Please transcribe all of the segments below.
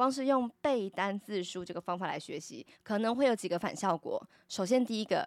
光是用背单字书这个方法来学习，可能会有几个反效果。首先，第一个，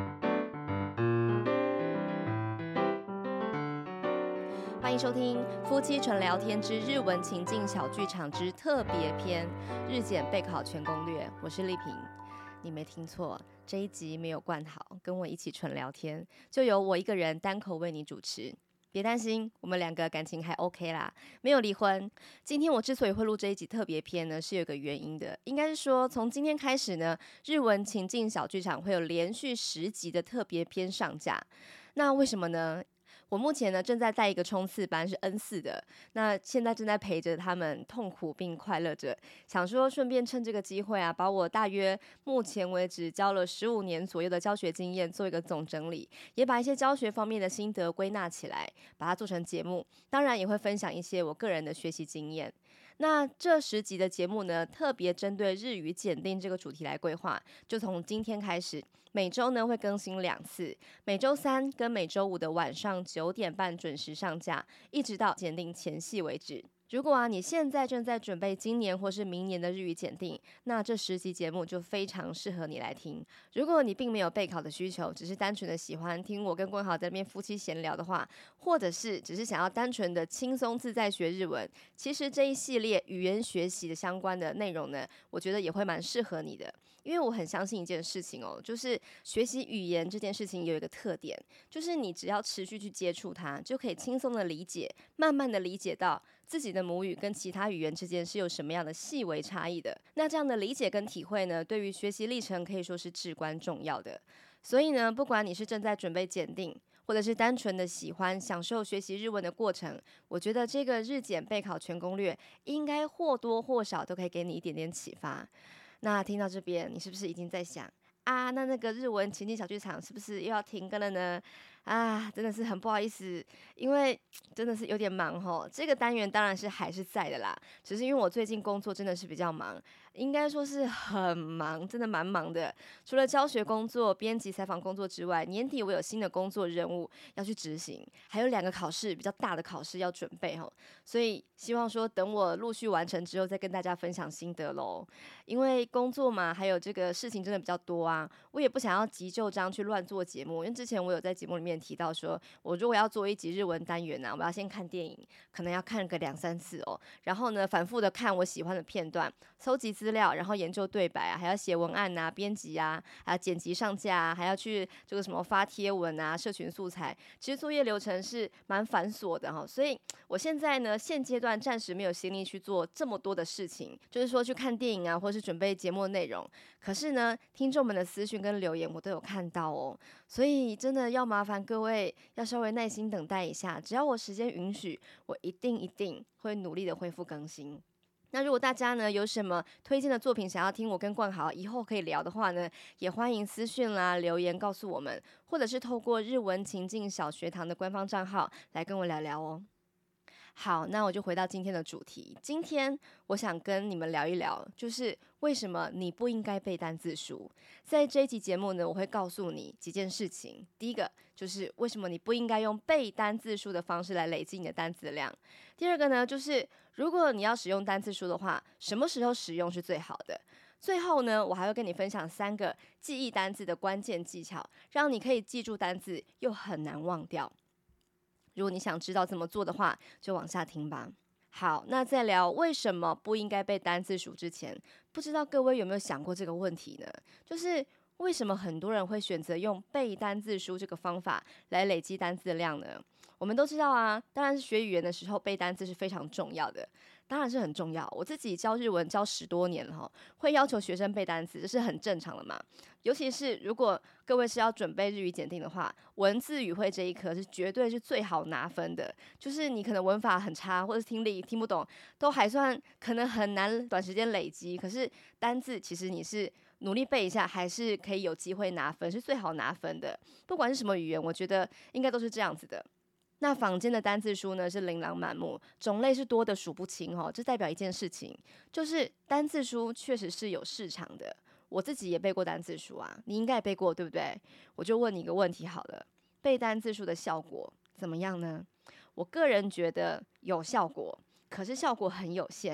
欢迎收听夫妻纯聊天之日文情境小剧场之特别篇日检备考全攻略。我是丽萍，你没听错，这一集没有冠豪，跟我一起纯聊天，就由我一个人单口为你主持。别担心，我们两个感情还 OK 啦，没有离婚。今天我之所以会录这一集特别篇呢，是有个原因的，应该是说从今天开始呢，日文情境小剧场会有连续10集的特别篇上架。那为什么呢？我目前呢正在带一个冲刺班，是 N4 的，那现在正在陪着他们痛苦并快乐着，想说顺便趁这个机会啊，把我大约目前为止教了15年左右的教学经验做一个总整理，也把一些教学方面的心得归纳起来，把它做成节目，当然也会分享一些我个人的学习经验。那这10集的节目呢，特别针对日语检定这个主题来规划，就从今天开始，每周呢会更新2次，每周3跟每周5的晚上9点半准时上架，一直到检定前夕为止。如果你现在正在准备今年或是明年的日语检定，那这10集节目就非常适合你来听。如果你并没有备考的需求，只是单纯的喜欢听我跟冠豪在那边夫妻闲聊的话，或者是只是想要单纯的轻松自在学日文，其实这一系列语言学习的相关的内容呢，我觉得也会蛮适合你的。因为我很相信一件事情哦，就是学习语言这件事情有一个特点，就是你只要持续去接触它，就可以轻松的理解，慢慢的理解到自己的母语跟其他语言之间是有什么样的细微差异的。那这样的理解跟体会呢，对于学习历程可以说是至关重要的。所以呢，不管你是正在准备检定，或者是单纯的喜欢享受学习日文的过程，我觉得这个日检备考全攻略应该或多或少都可以给你一点点启发。那听到这边，你是不是已经在想啊？那个日文情境小剧场是不是又要停更了呢？啊，真的是很不好意思，因为真的是有点忙吼。这个单元当然是还是在的啦，只是因为我最近工作真的是比较忙，应该说是很忙，真的蛮忙的。除了教学工作、编辑采访工作之外，年底我有新的工作任务要去执行，还有2个考试比较大的考试要准备吼。所以希望说等我陆续完成之后再跟大家分享心得咯。因为工作嘛，还有这个事情真的比较多啊，我也不想要急就章去乱做节目。因为之前我有在节目里面提到说，我如果要做一集日文单元啊，我要先看电影，可能要看个2-3次哦。然后呢，反复的看我喜欢的片段，搜集资料，然后研究对白啊，还要写文案啊、编辑啊，还要剪辑上架啊，还要去这个什么发贴文啊、社群素材。其实作业流程是蛮繁琐的哈，所以我现在呢，现阶段暂时没有心力去做这么多的事情，就是说去看电影啊，或是准备节目的内容。可是呢，听众们的私讯跟留言我都有看到哦，所以真的要麻烦各位要稍微耐心等待一下，只要我时间允许，我一定会努力的恢复更新。那如果大家呢有什么推荐的作品想要听我跟冠豪以后可以聊的话呢，也欢迎私讯啦、留言告诉我们，或者是透过日文情境小学堂的官方账号来跟我聊聊哦。好，那我就回到今天的主题。今天我想跟你们聊一聊，就是为什么你不应该背单字书。在这一集节目呢，我会告诉你几件事情。第一个就是为什么你不应该用背单字书的方式来累积你的单词量。第二个呢，就是如果你要使用单字书的话，什么时候使用是最好的。最后呢，我还会跟你分享3个记忆单字的关键技巧，让你可以记住单字又很难忘掉。如果你想知道怎么做的话，就往下听吧。好，那在聊为什么不应该背单字书之前，不知道各位有没有想过这个问题呢？就是为什么很多人会选择用背单字书这个方法来累积单字量呢？我们都知道啊，当然是学语言的时候背单字是非常重要的，当然是很重要。我自己教日文教10多年了哈，会要求学生背单词，这是很正常的嘛。尤其是如果各位是要准备日语检定的话，文字语汇这一科是绝对是最好拿分的。就是你可能文法很差，或者是听力听不懂，都还算可能很难短时间累积。可是单字其实你是努力背一下，还是可以有机会拿分，是最好拿分的。不管是什么语言，我觉得应该都是这样子的。那坊间的单字书呢是琳琅满目，种类是多的数不清哦。这代表一件事情，就是单字书确实是有市场的。我自己也背过单字书啊，你应该也背过，对不对？我就问你一个问题好了，背单字书的效果怎么样呢？我个人觉得有效果，可是效果很有限。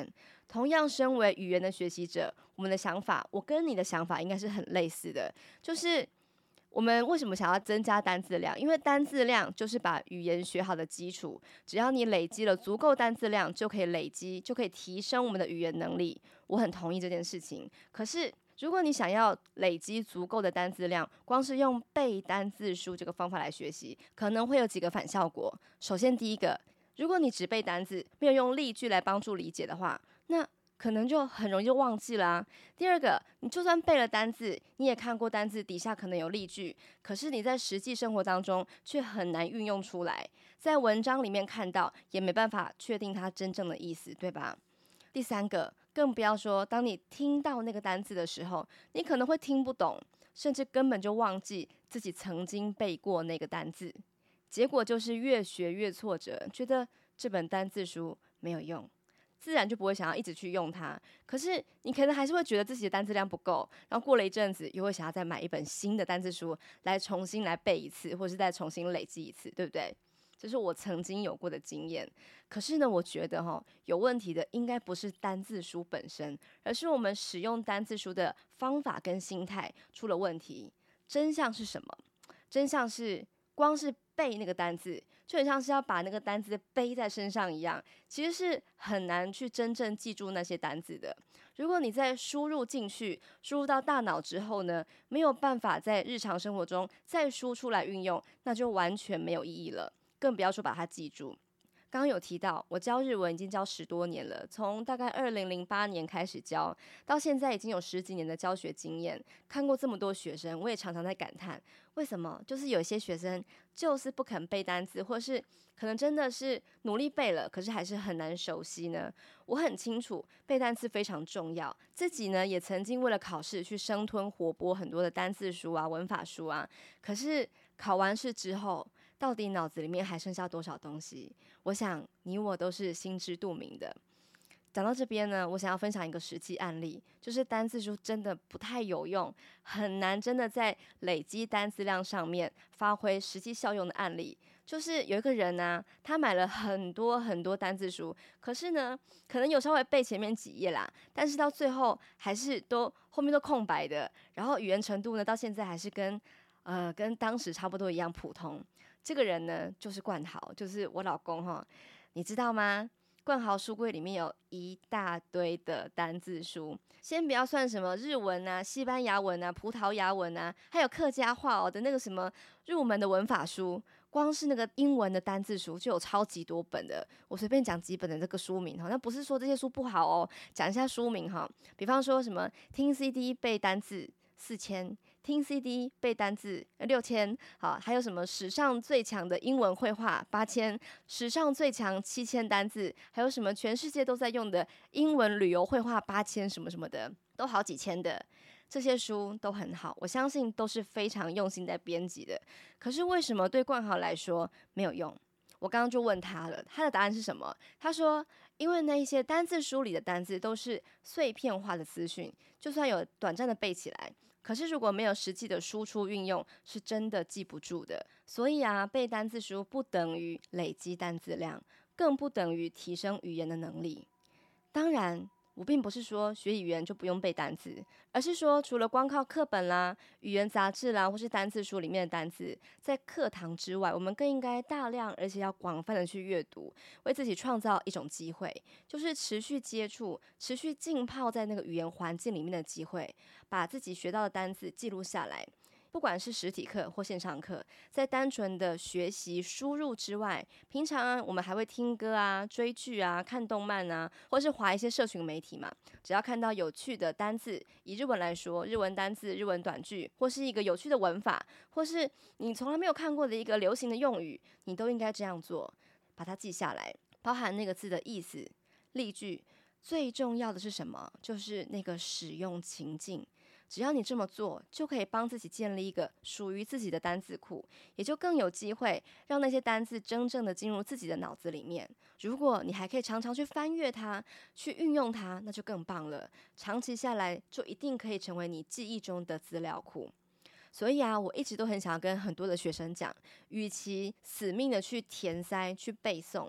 同样身为语言的学习者，我们的想法，我跟你的想法应该是很类似的，就是我们为什么想要增加单字量？因为单字量就是把语言学好的基础，只要你累积了足够单字量，就可以累积，就可以提升我们的语言能力。我很同意这件事情。可是，如果你想要累积足够的单字量，光是用背单字书这个方法来学习，可能会有几个反效果。首先，第一个，如果你只背单字，没有用例句来帮助理解的话，那可能就很容易就忘记啦、第二个，你就算背了单字，你也看过单字底下可能有例句，可是你在实际生活当中却很难运用出来，在文章里面看到，也没办法确定它真正的意思，对吧？第三个，更不要说当你听到那个单字的时候，你可能会听不懂，甚至根本就忘记自己曾经背过那个单字，结果就是越学越挫折，觉得这本单字书没有用。自然就不会想要一直去用它。可是你可能还是会觉得自己的单词量不够，然后过了一阵子，又会想要再买一本新的单词书来重新来背一次，或是再重新累积一次，对不对？这是我曾经有过的经验。可是呢，我觉得有问题的应该不是单字书本身，而是我们使用单字书的方法跟心态出了问题。真相是什么？真相是光是背那个单字，就很像是要把那个单字背在身上一样，其实是很难去真正记住那些单字的。如果你在输入进去、输入到大脑之后呢，没有办法在日常生活中再输出来运用，那就完全没有意义了，更不要说把它记住。刚刚有提到，我教日文已经教10多年了，从大概2008年开始教，到现在已经有10几年的教学经验。看过这么多学生，我也常常在感叹，为什么就是有些学生就是不肯背单词，或是可能真的是努力背了，可是还是很难熟悉呢？我很清楚背单词非常重要，自己呢也曾经为了考试去生吞活剥很多的单字书啊、文法书啊，可是考完试之后，到底脑子里面还剩下多少东西？我想你我都是心知肚明的。讲到这边呢，我想要分享一个实际案例，就是单字书真的不太有用，很难真的在累积单词量上面发挥实际效用的案例。就是有一个人呢、他买了很多很多单字书，可是呢，可能有稍微背前面几页啦，但是到最后还是都后面都空白的，然后语言程度呢，到现在还是跟当时差不多一样普通。这个人呢，就是冠豪，就是我老公哈，你知道吗？冠豪书柜里面有一大堆的单字书，先不要算什么日文啊、西班牙文啊、葡萄牙文啊，还有客家话的那个什么入门的文法书，光是那个英文的单字书就有超级多本的。我随便讲几本的这个书名哈，那不是说这些书不好哦，讲一下书名哈，比方说什么听 CD 背单字4000。听 CD 背单字6000，好，还有什么史上最强的英文绘画8000，史上最强7000单字，还有什么全世界都在用的英文旅游绘画8000什么什么的，都好几千的。这些书都很好，我相信都是非常用心在编辑的。可是为什么对冠豪来说没有用？我刚刚就问他了，他的答案是什么？他说，因为那一些单字书里的单字都是碎片化的资讯，就算有短暂的背起来，可是如果没有实际的输出运用，是真的记不住的。所以啊，背单字书不等于累积单字量，更不等于提升语言的能力。当然，我并不是说学语言就不用背单词，而是说除了光靠课本啦、语言杂志啦，或是单字书里面的单词，在课堂之外，我们更应该大量而且要广泛的去阅读，为自己创造一种机会，就是持续接触、持续浸泡在那个语言环境里面的机会，把自己学到的单词记录下来。不管是实体课或线上课，在单纯的学习输入之外，平常我们还会听歌啊、追剧啊、看动漫啊，或是滑一些社群媒体嘛。只要看到有趣的单字，以日文来说，日文单字、日文短句，或是一个有趣的文法，或是你从来没有看过的一个流行的用语，你都应该这样做，把它记下来，包含那个字的意思、例句。最重要的是什么？就是那个使用情境。只要你这么做，就可以帮自己建立一个属于自己的单字库，也就更有机会让那些单字真正的进入自己的脑子里面。如果你还可以常常去翻阅它，去运用它，那就更棒了。长期下来，就一定可以成为你记忆中的资料库。所以啊，我一直都很想要跟很多的学生讲，与其死命的去填塞、去背诵，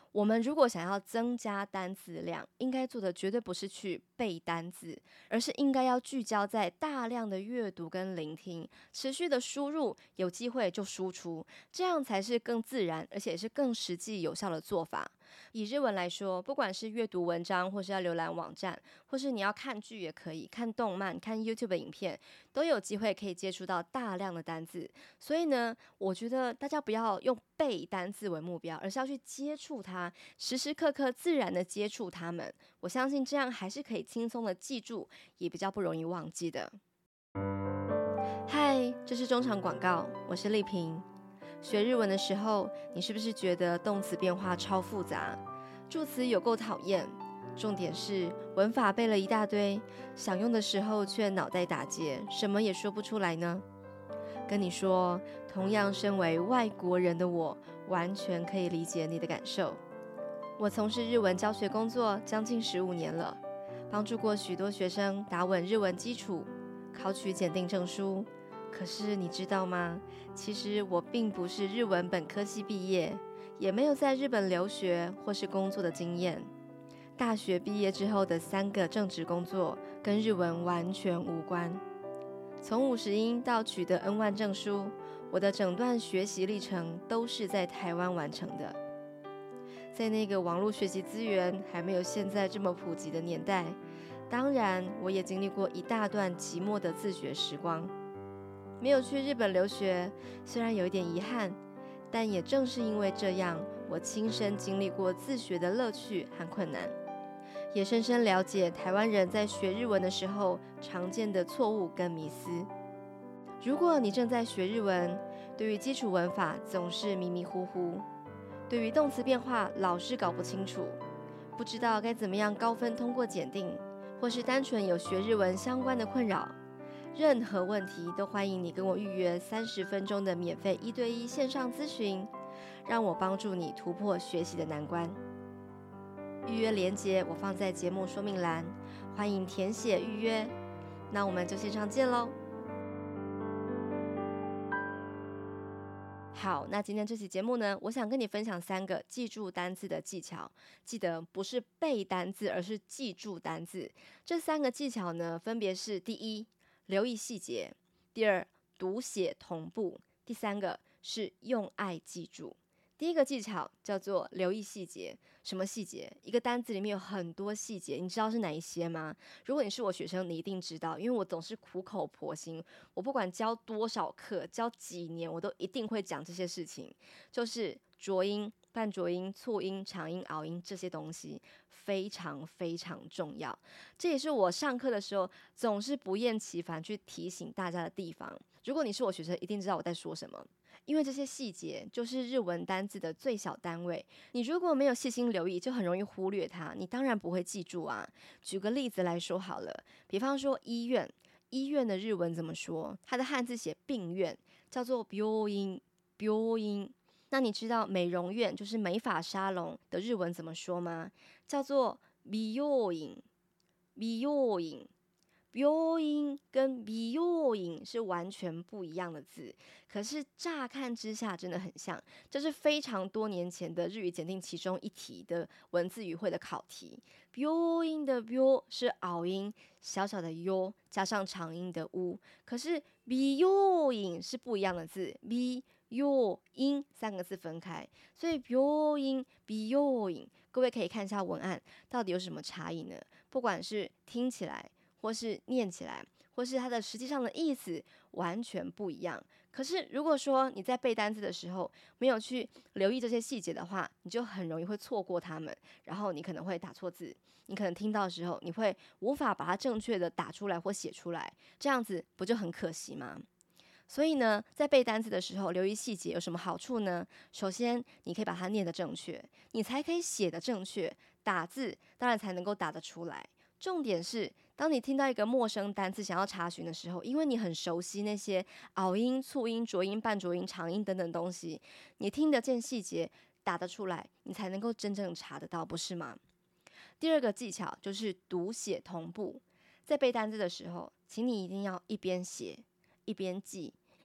我们如果想要增加单词量，应该做的绝对不是去背单字，而是应该要聚焦在大量的阅读跟聆听，持续的输入，有机会就输出，这样才是更自然，而且是更实际有效的做法。以日文来说，不管是阅读文章，或是要浏览网站，或是你要看剧也可以，看动漫、看 YouTube 影片，都有机会可以接触到大量的单字。所以呢，我觉得大家不要用背单字为目标，而是要去接触它，时时刻刻自然的接触它们。我相信这样还是可以轻松的记住，也比较不容易忘记的。嗨，这是中场广告，我是丽萍。学日文的时候，你是不是觉得动词变化超复杂，助词有够讨厌？重点是文法背了一大堆，想用的时候却脑袋打结，什么也说不出来呢？跟你说，同样身为外国人的我，完全可以理解你的感受。我从事日文教学工作将近15年了，帮助过许多学生打稳日文基础，考取检定证书。可是你知道吗？其实我并不是日文本科系毕业，也没有在日本留学或是工作的经验。大学毕业之后的3个正职工作跟日文完全无关。从50音到取得 N1 证书，我的整段学习历程都是在台湾完成的。在那个网络学习资源还没有现在这么普及的年代，当然我也经历过一大段寂寞的自学时光。没有去日本留学，虽然有一点遗憾，但也正是因为这样，我亲身经历过自学的乐趣和困难，也深深了解台湾人在学日文的时候常见的错误跟迷思。如果你正在学日文，对于基础文法总是迷迷糊糊，对于动词变化老是搞不清楚，不知道该怎么样高分通过检定，或是单纯有学日文相关的困扰，任何问题都欢迎你跟我预约30分钟的免费1对1线上咨询，让我帮助你突破学习的难关。预约连结我放在节目说明栏，欢迎填写预约。那我们就线上见咯。好，那今天这期节目呢，我想跟你分享3个记住单字的技巧。记得不是背单字，而是记住单字。这3个技巧呢，分别是：第一，留意细节；第二，读写同步；第3个是用爱记住。第一个技巧叫做留意细节。什么细节？一个单字里面有很多细节，你知道是哪一些吗？如果你是我学生，你一定知道，因为我总是苦口婆心，我不管教多少课，教几年，我都一定会讲这些事情，就是浊音、半浊音、促音、长音、拗音这些东西非常非常重要。这也是我上课的时候总是不厌其烦去提醒大家的地方。如果你是我学生，一定知道我在说什么。因为这些细节就是日文单字的最小单位，你如果没有细心留意，就很容易忽略它，你当然不会记住啊。举个例子来说好了，比方说医院，医院的日文怎么说？它的汉字写病院，叫做病院，病院。那你知道美容院就是美发沙龙的日文怎么说吗？叫做美容院，美容院。病院跟美容院是完全不一样的字，可是乍看之下真的很像。这是非常多年前的日语检定其中一题的文字语汇的考题。病院的病是拗音，小小的 u 加上长音的 u， 可是美容院是不一样的字，美容院3个字分开，所以病院、美容院，各位可以看一下文案到底有什么差异呢？不管是听起来，或是念起来，或是它的实际上的意思完全不一样。可是如果说你在背单字的时候没有去留意这些细节的话，你就很容易会错过它们，然后你可能会打错字，你可能听到的时候你会无法把它正确的打出来或写出来，这样子不就很可惜吗？所以呢，在背单字的时候留意细节有什么好处呢？首先你可以把它念得正确，你才可以写得正确，打字当然才能够打得出来。重点是，当你听到一个陌生单字想要查询的时候，因为你很熟悉那些拗音、促音、浊音、半浊音、长音等等东西，你听得见细节，打得出来，你才能够真正查得到，不是吗？第二个技巧就是读写同步。在背单字的时候，请你一定要一边写一边记，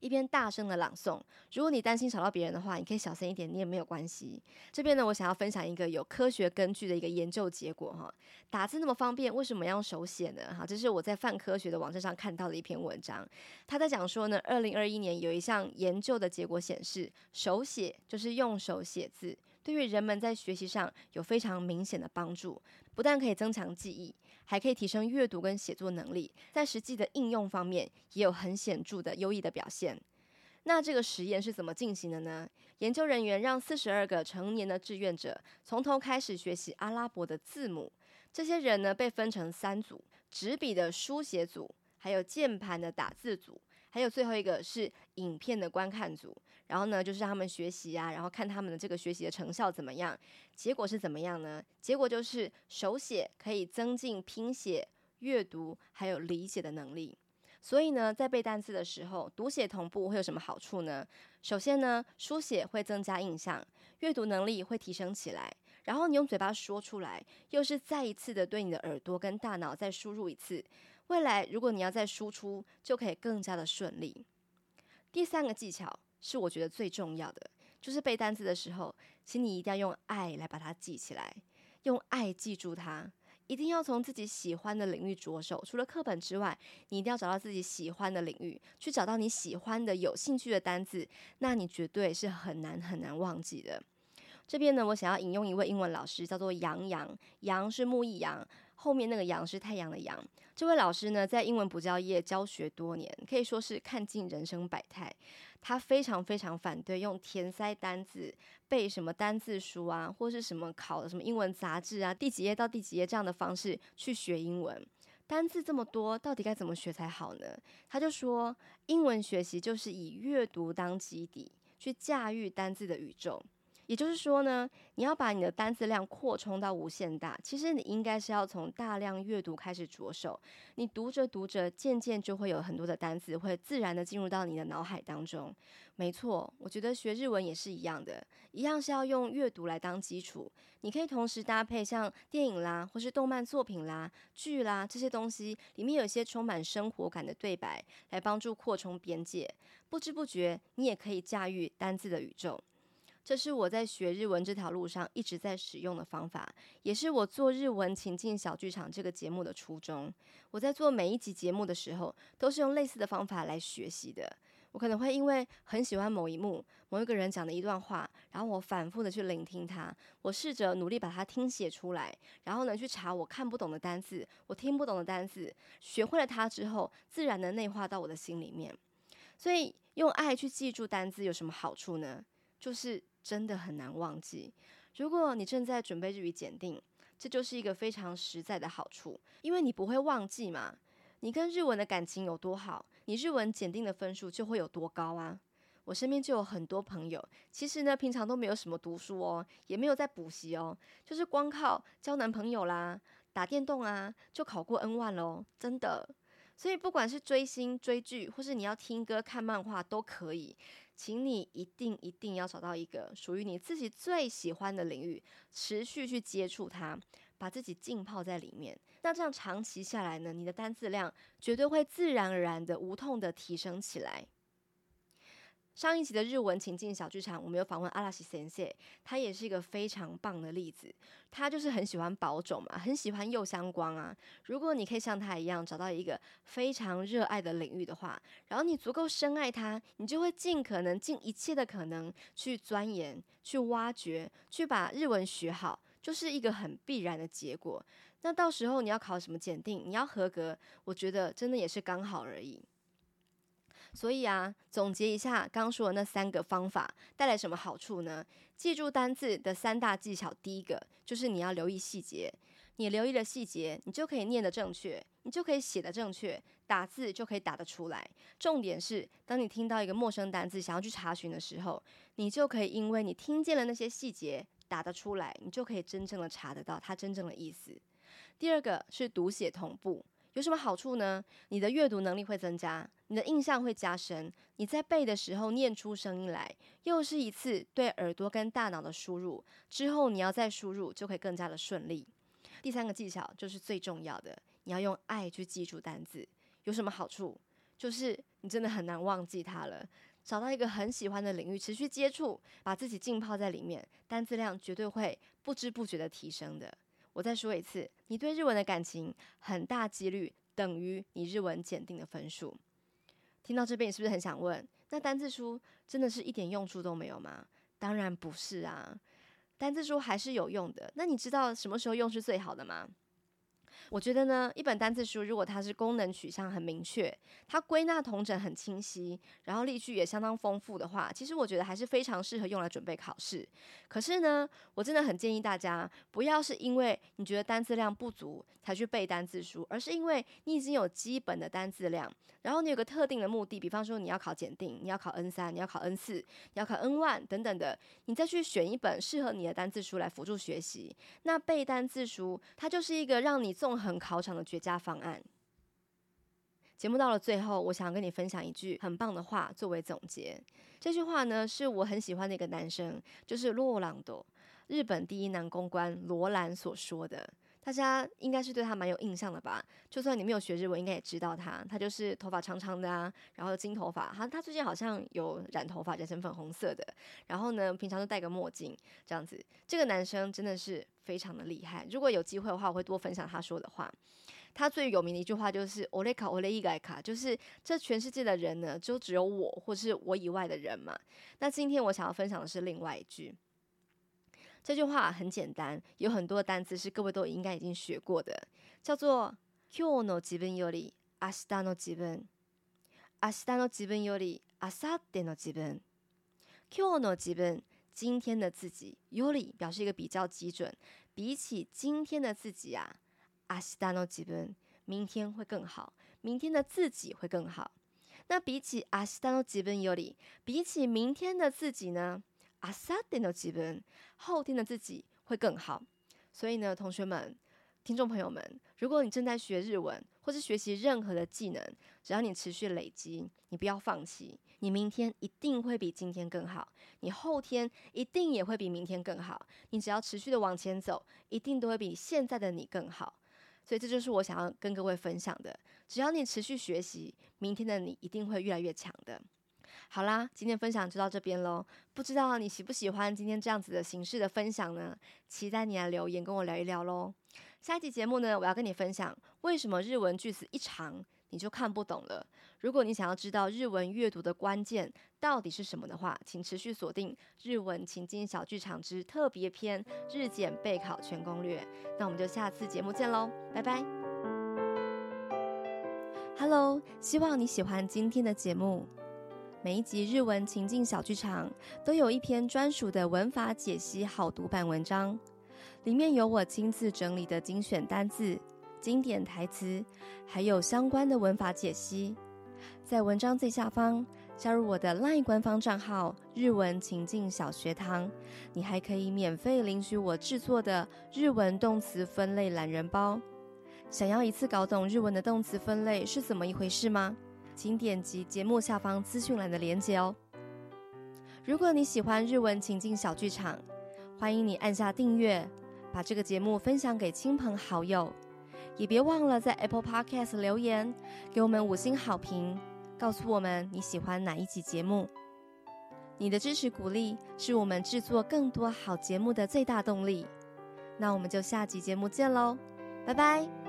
一边大声的朗诵。如果你担心吵到别人的话，你可以小声一点，你也没有关系。这边呢，我想要分享一个有科学根据的一个研究结果哈。打字那么方便，为什么要用手写呢？哈，这是我在泛科学的网站上看到的一篇文章，他在讲说呢，2021年有一项研究的结果显示，手写就是用手写字，对于人们在学习上有非常明显的帮助，不但可以增强记忆，还可以提升阅读跟写作能力，在实际的应用方面也有很显著的优异的表现。那这个实验是怎么进行的呢？研究人员让42个成年的志愿者从头开始学习阿拉伯的字母。这些人呢被分成3组：纸笔的书写组，还有键盘的打字组，还有最后一个是影片的观看组。然后呢，就是让他们学习啊，然后看他们的这个学习的成效怎么样。结果是怎么样呢？结果就是手写可以增进拼写、阅读还有理解的能力。所以呢，在背单词的时候，读写同步会有什么好处呢？首先呢，书写会增加印象，阅读能力会提升起来，然后你用嘴巴说出来，又是再一次的对你的耳朵跟大脑再输入一次。未来如果你要再输出，就可以更加的顺利。第3个技巧是我觉得最重要的，就是背单词的时候，请你一定要用爱来把它记起来，用爱记住它。一定要从自己喜欢的领域着手，除了课本之外，你一定要找到自己喜欢的领域，去找到你喜欢的、有兴趣的单字，那你绝对是很难忘记的。这边呢，我想要引用一位英文老师，叫做杨洋，杨是木易杨，后面那个杨是太阳的阳。这位老师呢，在英文补教业教学多年，可以说是看尽人生百态。他非常反对用填塞单字、背什么单字书啊，或是什么考的什么英文杂志啊，第几页到第几页这样的方式去学英文。单字这么多，到底该怎么学才好呢？他就说，英文学习就是以阅读当基底，去驾驭单字的宇宙。也就是说呢，你要把你的单词量扩充到无限大，其实你应该是要从大量阅读开始着手。你读着读着，渐渐就会有很多的单词会自然的进入到你的脑海当中。没错，我觉得学日文也是一样的，一样是要用阅读来当基础。你可以同时搭配像电影啦，或是动漫作品啦、剧啦这些东西，里面有一些充满生活感的对白，来帮助扩充边界。不知不觉，你也可以驾驭单字的宇宙。这是我在学日文这条路上一直在使用的方法，也是我做日文情境小剧场这个节目的初衷。我在做每一集节目的时候，都是用类似的方法来学习的。我可能会因为很喜欢某一幕、某一个人讲的一段话，然后我反复的去聆听它，我试着努力把它听写出来，然后呢去查我看不懂的单字、我听不懂的单字，学会了它之后，自然的内化到我的心里面。所以用爱去记住单字有什么好处呢？就是真的很难忘记。如果你正在准备日语检定，这就是一个非常实在的好处，因为你不会忘记嘛。你跟日文的感情有多好，你日文检定的分数就会有多高啊。我身边就有很多朋友，其实呢平常都没有什么读书哦，也没有在补习哦，就是光靠交男朋友啦、打电动啊，就考过 N1咯，真的。所以不管是追星、追剧，或是你要听歌、看漫画都可以，请你一定要找到一个属于你自己最喜欢的领域，持续去接触它，把自己浸泡在里面。那这样长期下来呢，你的单字量绝对会自然而然的、无痛的提升起来。上一集的日文情境小剧场，我们有访问阿拉西先生，他也是一个非常棒的例子。他就是很喜欢宝冢嘛，很喜欢右相光啊。如果你可以像他一样找到一个非常热爱的领域的话，然后你足够深爱它，你就会尽可能、尽一切的可能去钻研、去挖掘、去把日文学好，就是一个很必然的结果。那到时候你要考什么检定，你要合格，我觉得真的也是刚好而已。所以啊，总结一下刚说的那3个方法带来什么好处呢？记住单字的3大技巧，第一个就是你要留意细节。你留意了细节，你就可以念得正确，你就可以写得正确，打字就可以打得出来。重点是，当你听到一个陌生单字想要去查询的时候，你就可以因为你听见了那些细节，打得出来，你就可以真正的查得到它真正的意思。第二个是读写同步。有什么好处呢？你的阅读能力会增加，你的印象会加深，你在背的时候念出声音来，又是一次对耳朵跟大脑的输入，之后你要再输入就可以更加的顺利。第3个技巧就是最重要的，你要用爱去记住单字。有什么好处？ 就是你真的很难忘记它了。找到一个很喜欢的领域，持续接触，把自己浸泡在里面，单字量绝对会不知不觉的提升的。我再说一次，你对日文的感情很大几率等于你日文检定的分数。听到这边，你是不是很想问，那单字书真的是一点用处都没有吗？当然不是啊，单字书还是有用的。那你知道什么时候用是最好的吗？我觉得呢，一本单字书如果它是功能取向很明确，它归纳统整很清晰，然后例句也相当丰富的话，其实我觉得还是非常适合用来准备考试。可是呢，我真的很建议大家不要是因为你觉得单字量不足才去背单字书，而是因为你已经有基本的单字量，然后你有个特定的目的，比方说你要考检定，你要考 N3，你要考 N4，你要考 N1 等等的，你再去选一本适合你的单字书来辅助学习。那背单字书，它就是一个让你纵横考场的绝佳方案。节目到了最后，我想跟你分享一句很棒的话作为总结。这句话呢，是我很喜欢的一个男生，就是洛朗多，日本第一男公关罗兰所说的。大家应该是对他蛮有印象的吧？就算你没有学日文，应该也知道他。他就是头发长长的啊，然后金头发。他最近好像有染头发，染成粉红色的。然后呢，平常就戴个墨镜这样子。这个男生真的是非常的厉害。如果有机会的话，我会多分享他说的话。他最有名的一句话就是“俺卡俺以外卡”，就是这全世界的人呢，就只有我或是我以外的人嘛。那今天我想要分享的是另外一句。这句话很简单，有很多单字是各位都应该已经学过的，叫做今日の自分より明日の自分、明日の自分より明後日の自分。今日の自分，今天的自己，より表示一个比较基准，比起今天的自己啊，明日の自分，明天会更好，明天的自己会更好。那比起明日の自分より，比起明天的自己呢？明後日の自分，后天的自己会更好。所以呢，同学们、听众朋友们，如果你正在学日文，或是学习任何的技能，只要你持续累积，你不要放弃，你明天一定会比今天更好，你后天一定也会比明天更好。你只要持续的往前走，一定都会比现在的你更好。所以这就是我想要跟各位分享的，只要你持续学习，明天的你一定会越来越强的。好啦，今天分享就到这边咯。不知道你喜不喜欢今天这样子的形式的分享呢？期待你来留言跟我聊一聊咯。下一集节目呢，我要跟你分享为什么日文句子一长你就看不懂了。如果你想要知道日文阅读的关键到底是什么的话，请持续锁定日文情境小剧场之特别篇日检备考全攻略。那我们就下次节目见咯，拜拜。Hello， 希望你喜欢今天的节目。每一集日文情境小剧场都有一篇专属的文法解析好读版文章，里面有我亲自整理的精选单字、经典台词，还有相关的文法解析。在文章最下方加入我的 LINE 官方账号日文情境小学堂，你还可以免费领取我制作的日文动词分类懒人包。想要一次搞懂日文的动词分类是怎么一回事吗？请点击节目下方资讯栏的连结哦。如果你喜欢日文情境小剧场，欢迎你按下订阅，把这个节目分享给亲朋好友，也别忘了在 Apple Podcast 留言，给我们5星好评，告诉我们你喜欢哪一集节目。你的支持鼓励是我们制作更多好节目的最大动力。那我们就下集节目见咯，拜拜。